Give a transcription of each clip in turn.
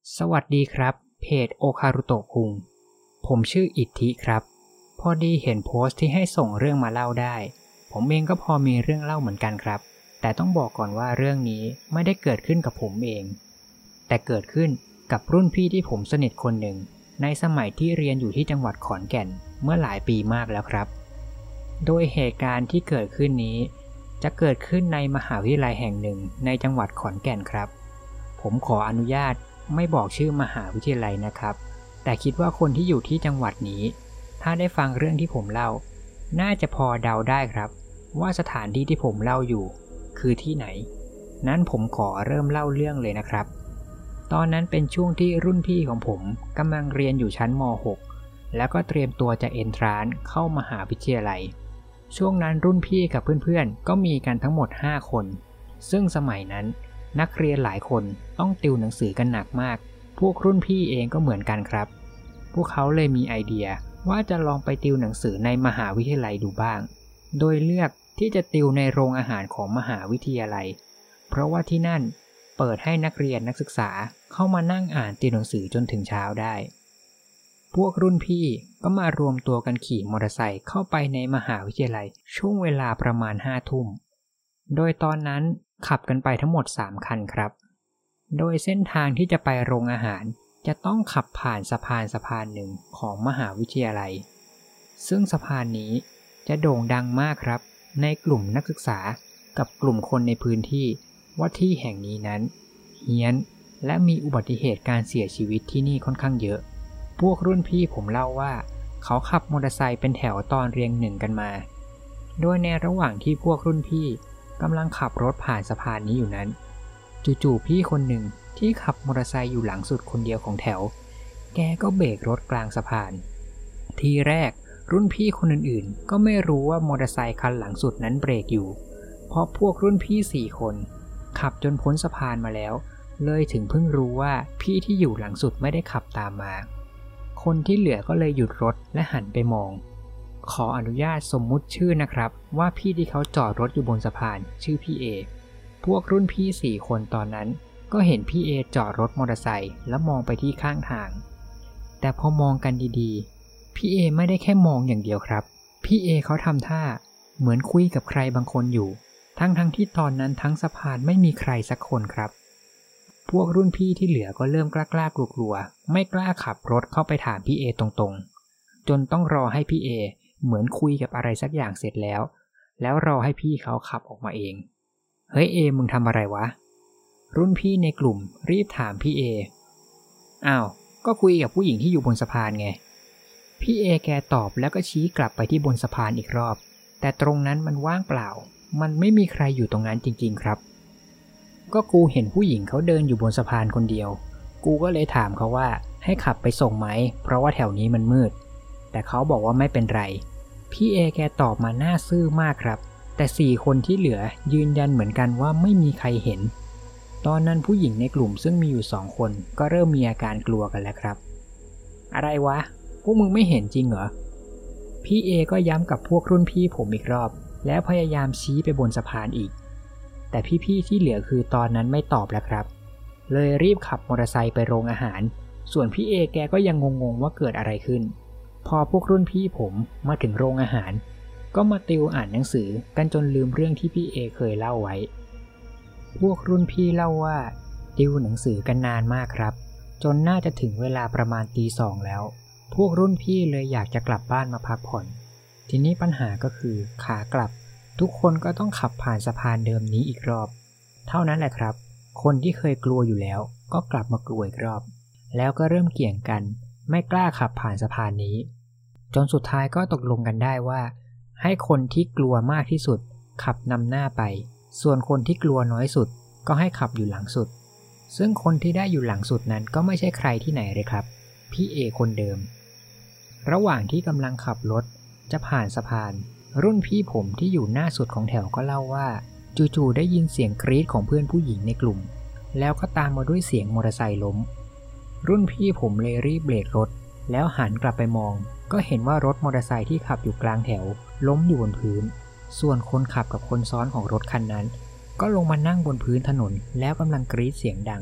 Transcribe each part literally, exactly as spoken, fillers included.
สวัสดีครับเพจโอคารุโตะคุงผมชื่ออิทธิครับพอดีเห็นโพสต์ที่ให้ส่งเรื่องมาเล่าได้ผมเองก็พอมีเรื่องเล่าเหมือนกันครับแต่ต้องบอกก่อนว่าเรื่องนี้ไม่ได้เกิดขึ้นกับผมเองแต่เกิดขึ้นกับรุ่นพี่ที่ผมสนิทคนหนึ่งในสมัยที่เรียนอยู่ที่จังหวัดขอนแก่นเมื่อหลายปีมากแล้วครับโดยเหตุการณ์ที่เกิดขึ้นนี้จะเกิดขึ้นในมหาวิทยาลัยแห่งหนึ่งในจังหวัดขอนแก่นครับผมขออนุญาตไม่บอกชื่อมหาวิทยาลัยนะครับแต่คิดว่าคนที่อยู่ที่จังหวัดนี้ถ้าได้ฟังเรื่องที่ผมเล่าน่าจะพอเดาได้ครับว่าสถานที่ที่ผมเล่าอยู่คือที่ไหนนั้นผมขอเริ่มเล่าเรื่องเลยนะครับตอนนั้นเป็นช่วงที่รุ่นพี่ของผมกำลังเรียนอยู่ชั้นม หก แล้วก็เตรียมตัวจะเอนทรานซ์เข้ามหาวิทยาลัยช่วงนั้นรุ่นพี่กับเพื่อนๆก็มีกันทั้งหมดห้าคนซึ่งสมัยนั้นนักเรียนหลายคนต้องติวหนังสือกันหนักมากพวกรุ่นพี่เองก็เหมือนกันครับพวกเขาเลยมีไอเดียว่าจะลองไปติวหนังสือในมหาวิทยาลัยดูบ้างโดยเลือกที่จะติวในโรงอาหารของมหาวิทยาลัยเพราะว่าที่นั่นเปิดให้นักเรียนนักศึกษาเข้ามานั่งอ่านติวหนังสือจนถึงเช้าได้พวกรุ่นพี่ก็มารวมตัวกันขี่มอเตอร์ไซค์เข้าไปในมหาวิทยาลัยช่วงเวลาประมาณห้าทุ่มโดยตอนนั้นขับกันไปทั้งหมดสามคันครับโดยเส้นทางที่จะไปโรงอาหารจะต้องขับผ่านสะพานสะพานหนึ่งของมหาวิทยาลัยซึ่งสะพานนี้จะโด่งดังมากครับในกลุ่มนักศึกษากับกลุ่มคนในพื้นที่ว่าที่แห่งนี้นั้นเฮี้ยนและมีอุบัติเหตุการเสียชีวิตที่นี่ค่อนข้างเยอะพวกรุ่นพี่ผมเล่าว่าเขาขับมอเตอร์ไซค์เป็นแถวตอนเรียงหนึ่งกันมาโดยในระหว่างที่พวกรุ่นพี่กำลังขับรถผ่านสะพานนี้อยู่นั้นจู่ๆพี่คนหนึ่งที่ขับมอเตอร์ไซค์อยู่หลังสุดคนเดียวของแถวแกก็เบรกรถกลางสะพานทีแรกรุ่นพี่คนอื่นๆก็ไม่รู้ว่ามอเตอร์ไซค์คันหลังสุดนั้นเบรกอยู่เพราะพวกรุ่นพี่สี่คนขับจนพ้นสะพานมาแล้วเลยถึงเพิ่งรู้ว่าพี่ที่อยู่หลังสุดไม่ได้ขับตามมาคนที่เหลือก็เลยหยุดรถและหันไปมองขออนุญาตสมมุติชื่อนะครับว่าพี่ที่เขาจอดรถอยู่บนสะพานชื่อพี่เอพวกรุ่นพี่สี่คนตอนนั้นก็เห็นพี่เอจอดรถมอเตอร์ไซค์แล้วมองไปที่ข้างทางแต่พอมองกันดีๆพี่เอไม่ได้แค่มองอย่างเดียวครับพี่เอเขาทำท่าเหมือนคุยกับใครบางคนอยู่ทั้งๆ ท, ที่ตอนนั้นทั้งสะพานไม่มีใครสักคนครับพวกรุ่นพี่ที่เหลือก็เริ่มกล้าๆกลัวๆไม่กล้าขับรถเข้าไปถามพี่เอตรงๆจนต้องรอให้พี่เอเหมือนคุยกับอะไรสักอย่างเสร็จแล้วแล้วรอให้พี่เขาขับออกมาเองเฮ้ยเอมึงทำอะไรวะรุ่นพี่ในกลุ่มรีบถามพี่เออ้าวก็คุยกับผู้หญิงที่อยู่บนสะพานไงพี่เอแกตอบแล้วก็ชี้กลับไปที่บนสะพานอีกรอบแต่ตรงนั้นมันว่างเปล่ามันไม่มีใครอยู่ตรงนั้นจริงๆครับก็กูเห็นผู้หญิงเขาเดินอยู่บนสะพานคนเดียวกูก็เลยถามเขาว่าให้ขับไปส่งไหมเพราะว่าแถวนี้มันมืดแต่เขาบอกว่าไม่เป็นไรพี่เอแกตอบมาหน้าซื่อมากครับแต่สี่คนที่เหลือยืนยันเหมือนกันว่าไม่มีใครเห็นตอนนั้นผู้หญิงในกลุ่มซึ่งมีอยู่สองคนก็เริ่มมีอาการกลัวกันแล้วครับอะไรวะพวกมึงไม่เห็นจริงเหรอพี่เอก็ย้ำกับพวกรุ่นพี่ผมอีกรอบแล้วพยายามชี้ไปบนสะพานอีกแต่พี่ๆที่เหลือคือตอนนั้นไม่ตอบแล้วครับเลยรีบขับมอเตอร์ไซค์ไปโรงอาหารส่วนพี่เอแกก็ยังงงๆว่าเกิดอะไรขึ้นพอพวกรุ่นพี่ผมมาถึงโรงอาหารก็มาติวอ่านหนังสือกันจนลืมเรื่องที่พี่เอเคยเล่าไว้พวกรุ่นพี่เล่าว่าติวหนังสือกันนานมากครับจนน่าจะถึงเวลาประมาณตีสองแล้วพวกรุ่นพี่เลยอยากจะกลับบ้านมาพักผ่อนทีนี้ปัญหาก็คือขากลับทุกคนก็ต้องขับผ่านสะพานเดิมนี้อีกรอบเท่านั้นแหละครับคนที่เคยกลัวอยู่แล้วก็กลับมากลัวอีกรอบแล้วก็เริ่มเกี่ยงกันไม่กล้าขับผ่านสะพานนี้จนสุดท้ายก็ตกลงกันได้ว่าให้คนที่กลัวมากที่สุดขับนำหน้าไปส่วนคนที่กลัวน้อยสุดก็ให้ขับอยู่หลังสุดซึ่งคนที่ได้อยู่หลังสุดนั้นก็ไม่ใช่ใครที่ไหนเลยครับพี่เอคนเดิมระหว่างที่กำลังขับรถจะผ่านสะพานรุ่นพี่ผมที่อยู่หน้าสุดของแถวก็เล่าว่าจู่ๆได้ยินเสียงกรี๊ดของเพื่อนผู้หญิงในกลุ่มแล้วก็ตามมาด้วยเสียงมอเตอร์ไซค์ล้มรุ่นพี่ผมเลยรีบเบรกรถแล้วหันกลับไปมองก็เห็นว่ารถมอเตอร์ไซค์ที่ขับอยู่กลางแถวล้มอยู่บนพื้นส่วนคนขับกับคนซ้อนของรถคันนั้นก็ลงมานั่งบนพื้นถนนแล้วกำลังกรี๊ดเสียงดัง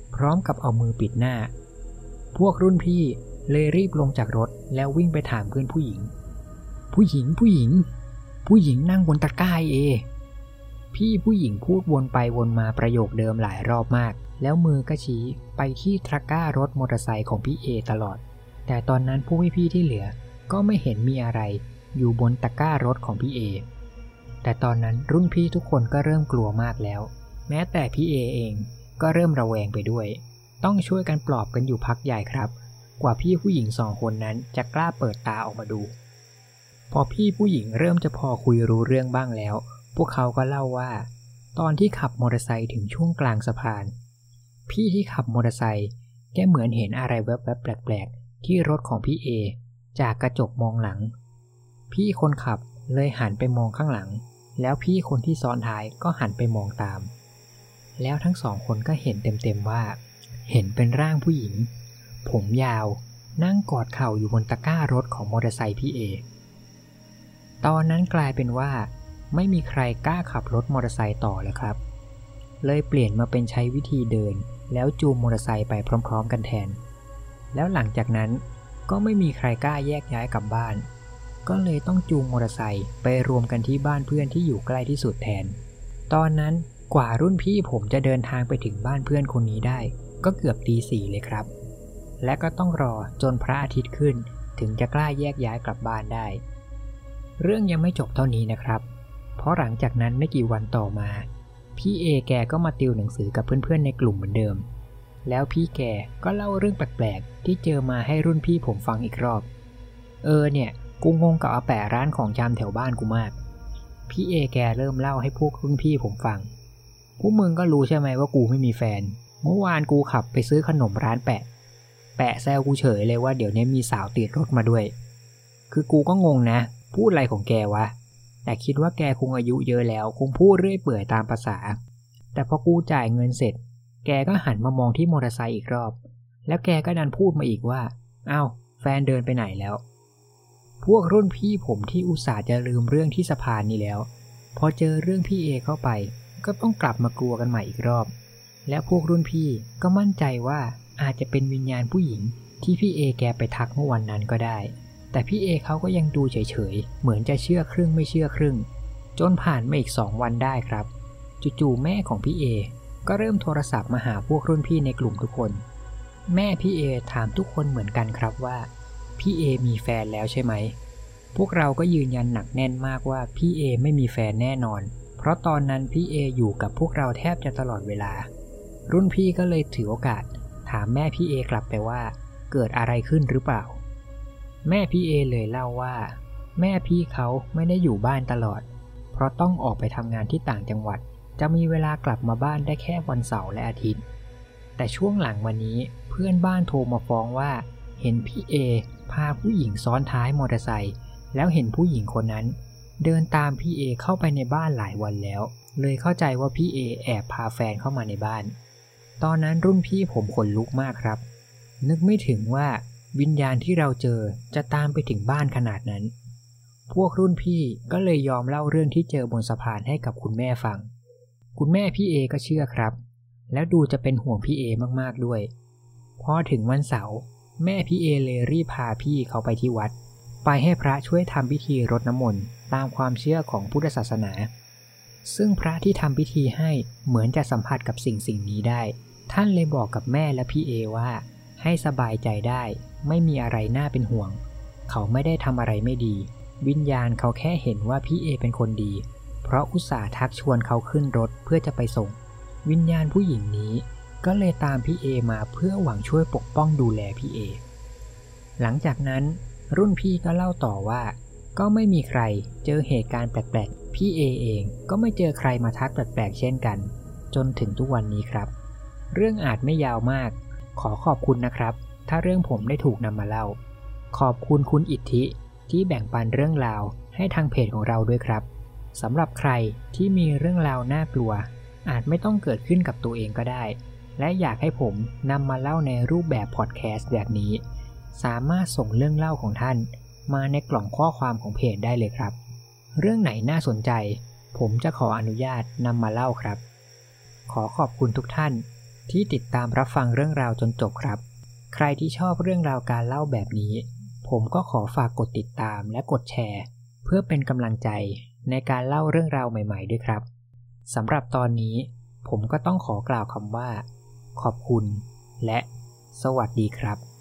พร้อมกับเอามือปิดหน้าพวกรุ่นพี่เลยรีบลงจากรถแล้ววิ่งไปถามเพื่อนผู้หญิงผู้หญิงผู้หญิงผู้หญิงนั่งบนตะกร้าเอพี่ผู้หญิงพูดวนไปวนมาประโยคเดิมหลายรอบมากแล้วมือก็ชี้ไปที่ตะกร้ารถมอเตอร์ไซค์ของพี่เอตลอดแต่ตอนนั้นผู้พี่ๆที่เหลือก็ไม่เห็นมีอะไรอยู่บนตะกร้ารถของพี่เอแต่ตอนนั้นรุ่นพี่ทุกคนก็เริ่มกลัวมากแล้วแม้แต่พี่เอเองก็เริ่มระแวงไปด้วยต้องช่วยกันปลอบกันอยู่พักใหญ่ครับกว่าพี่ผู้หญิงสองคนนั้นจะกล้าเปิดตาออกมาดูพอพี่ผู้หญิงเริ่มจะพอคุยรู้เรื่องบ้างแล้วพวกเขาก็เล่าว่าตอนที่ขับมอเตอร์ไซค์ถึงช่วงกลางสะพานพี่ที่ขับมอเตอร์ไซค์แกเหมือนเห็นอะไรแวบๆแปลกๆที่รถของพี่เอจากกระจกมองหลังพี่คนขับเลยหันไปมองข้างหลังแล้วพี่คนที่ซ้อนท้ายก็หันไปมองตามแล้วทั้งสองคนก็เห็นเต็มๆว่าเห็นเป็นร่างผู้หญิงผมยาวนั่งกอดเข่าอยู่บนตะกร้ารถของมอเตอร์ไซค์พี่เอตอนนั้นกลายเป็นว่าไม่มีใครกล้าขับรถมอเตอร์ไซค์ต่อเลยครับเลยเปลี่ยนมาเป็นใช้วิธีเดินแล้วจูงมอเตอร์ไซค์ไปพร้อมๆกันแทนแล้วหลังจากนั้นก็ไม่มีใครกล้าแยกย้ายกลับบ้านก็เลยต้องจูงมอเตอร์ไซค์ไปรวมกันที่บ้านเพื่อนที่อยู่ใกล้ที่สุดแทนตอนนั้นกว่ารุ่นพี่ผมจะเดินทางไปถึงบ้านเพื่อนคนนี้ได้ก็เกือบตีสี่เลยครับและก็ต้องรอจนพระอาทิตย์ขึ้นถึงจะกล้าแยกย้ายกลับบ้านได้เรื่องยังไม่จบเท่านี้นะครับเพราะหลังจากนั้นไม่กี่วันต่อมาพี่เอแกก็มาติวหนังสือกับเพื่อนๆในกลุ่มเหมือนเดิมแล้วพี่แกก็เล่าเรื่องแปลกๆที่เจอมาให้รุ่นพี่ผมฟังอีกรอบเออเนี่ยกูงงกับอาแปะร้านของชำแถวบ้านกูมากพี่เอแกเริ่มเล่าให้พวกรุ่นพี่ผมฟังพวกมึงก็รู้ใช่ไหมว่ากูไม่มีแฟนเมื่อวานกูขับไปซื้อขนมร้านแปะแปะแซวกูเฉยเลยว่าเดี๋ยวนี้มีสาวติดรถมาด้วยคือกูก็งงนะพูดอะไรของแกวะแต่คิดว่าแกคงอายุเยอะแล้วคงพูดเรื่อยเปื่อยตามภาษาแต่พอกูจ่ายเงินเสร็จแกก็หันมามองที่มอเตอร์ไซค์อีกรอบแล้วแกก็ดันพูดมาอีกว่าอ้าวแฟนเดินไปไหนแล้วพวกรุ่นพี่ผมที่อุตส่าห์จะลืมเรื่องที่สะพานนี้แล้วพอเจอเรื่องพี่เอเข้าไปก็ต้องกลับมากลัวกันใหม่อีกรอบและพวกรุ่นพี่ก็มั่นใจว่าอาจจะเป็นวิญญาณผู้หญิงที่พี่เอแกไปทักเมื่อวันนั้นก็ได้แต่พี่เอเขาก็ยังดูเฉยๆเหมือนจะเชื่อครึ่งไม่เชื่อครึ่งจนผ่านมาอีกสองวันได้ครับจู่ๆแม่ของพี่เอก็เริ่มโทรศัพท์มาหาพวกรุ่นพี่ในกลุ่มทุกคนแม่พี่เอถามทุกคนเหมือนกันครับว่าพี่เอมีแฟนแล้วใช่ไหมพวกเราก็ยืนยันหนักแน่นมากว่าพี่เอไม่มีแฟนแน่นอนเพราะตอนนั้นพี่เออยู่กับพวกเราแทบจะตลอดเวลารุ่นพี่ก็เลยถือโอกาสถามแม่พี่เอกลับไปว่าเกิดอะไรขึ้นหรือเปล่าแม่พี่เอเลยเล่าว่าแม่พี่เขาไม่ได้อยู่บ้านตลอดเพราะต้องออกไปทำงานที่ต่างจังหวัดจะมีเวลากลับมาบ้านได้แค่วันเสาร์และอาทิตย์แต่ช่วงหลังวันนี้เพื่อนบ้านโทรมาฟ้องว่าเห็นพี่เอพาผู้หญิงซ้อนท้ายมอเตอร์ไซค์แล้วเห็นผู้หญิงคนนั้นเดินตามพี่เอเข้าไปในบ้านหลายวันแล้วเลยเข้าใจว่าพี่เอแอบพาแฟนเข้ามาในบ้านตอนนั้นรุ่นพี่ผมขนลุกมากครับนึกไม่ถึงว่าวิญญาณที่เราเจอจะตามไปถึงบ้านขนาดนั้นพวกรุ่นพี่ก็เลยยอมเล่าเรื่องที่เจอบนสะพานให้กับคุณแม่ฟังคุณแม่พี่เอก็เชื่อครับแล้วดูจะเป็นห่วงพี่เอมากๆด้วยพอถึงวันเสาร์แม่พี่เอเลยรีบพาพี่เขาไปที่วัดไปให้พระช่วยทำพิธีรดน้ำมนต์ตามความเชื่อของพุทธศาสนาซึ่งพระที่ทำพิธีให้เหมือนจะสัมผัสกับสิ่งสิ่งนี้ได้ท่านเลยบอกกับแม่และพี่เอว่าให้สบายใจได้ไม่มีอะไรน่าเป็นห่วงเขาไม่ได้ทำอะไรไม่ดีวิญญาณเขาแค่เห็นว่าพี่เอเป็นคนดีเพราะอุตส่าห์ทักชวนเขาขึ้นรถเพื่อจะไปส่งวิญญาณผู้หญิงนี้ก็เลยตามพี่เอมาเพื่อหวังช่วยปกป้องดูแลพี่เอหลังจากนั้นรุ่นพี่ก็เล่าต่อว่าก็ไม่มีใครเจอเหตุการณ์แปลกๆพี่เอเองก็ไม่เจอใครมาทักแปลกๆเช่นกันจนถึงทุกวันนี้ครับเรื่องอาจไม่ยาวมากขอขอบคุณนะครับถ้าเรื่องผมได้ถูกนำมาเล่าขอบคุณคุณอิทธิที่แบ่งปันเรื่องราวให้ทางเพจของเราด้วยครับสำหรับใครที่มีเรื่องราวน่ากลัวอาจไม่ต้องเกิดขึ้นกับตัวเองก็ได้และอยากให้ผมนำมาเล่าในรูปแบบพอดแคสต์แบบนี้สามารถส่งเรื่องเล่าของท่านมาในกล่องข้อความของเพจได้เลยครับเรื่องไหนน่าสนใจผมจะขออนุญาตนำมาเล่าครับขอขอบคุณทุกท่านที่ติดตามรับฟังเรื่องราวจนจบครับใครที่ชอบเรื่องราวการเล่าแบบนี้ผมก็ขอฝากกดติดตามและกดแชร์เพื่อเป็นกำลังใจในการเล่าเรื่องราวใหม่ๆด้วยครับสำหรับตอนนี้ผมก็ต้องขอกล่าวคำว่าขอบคุณและสวัสดีครับ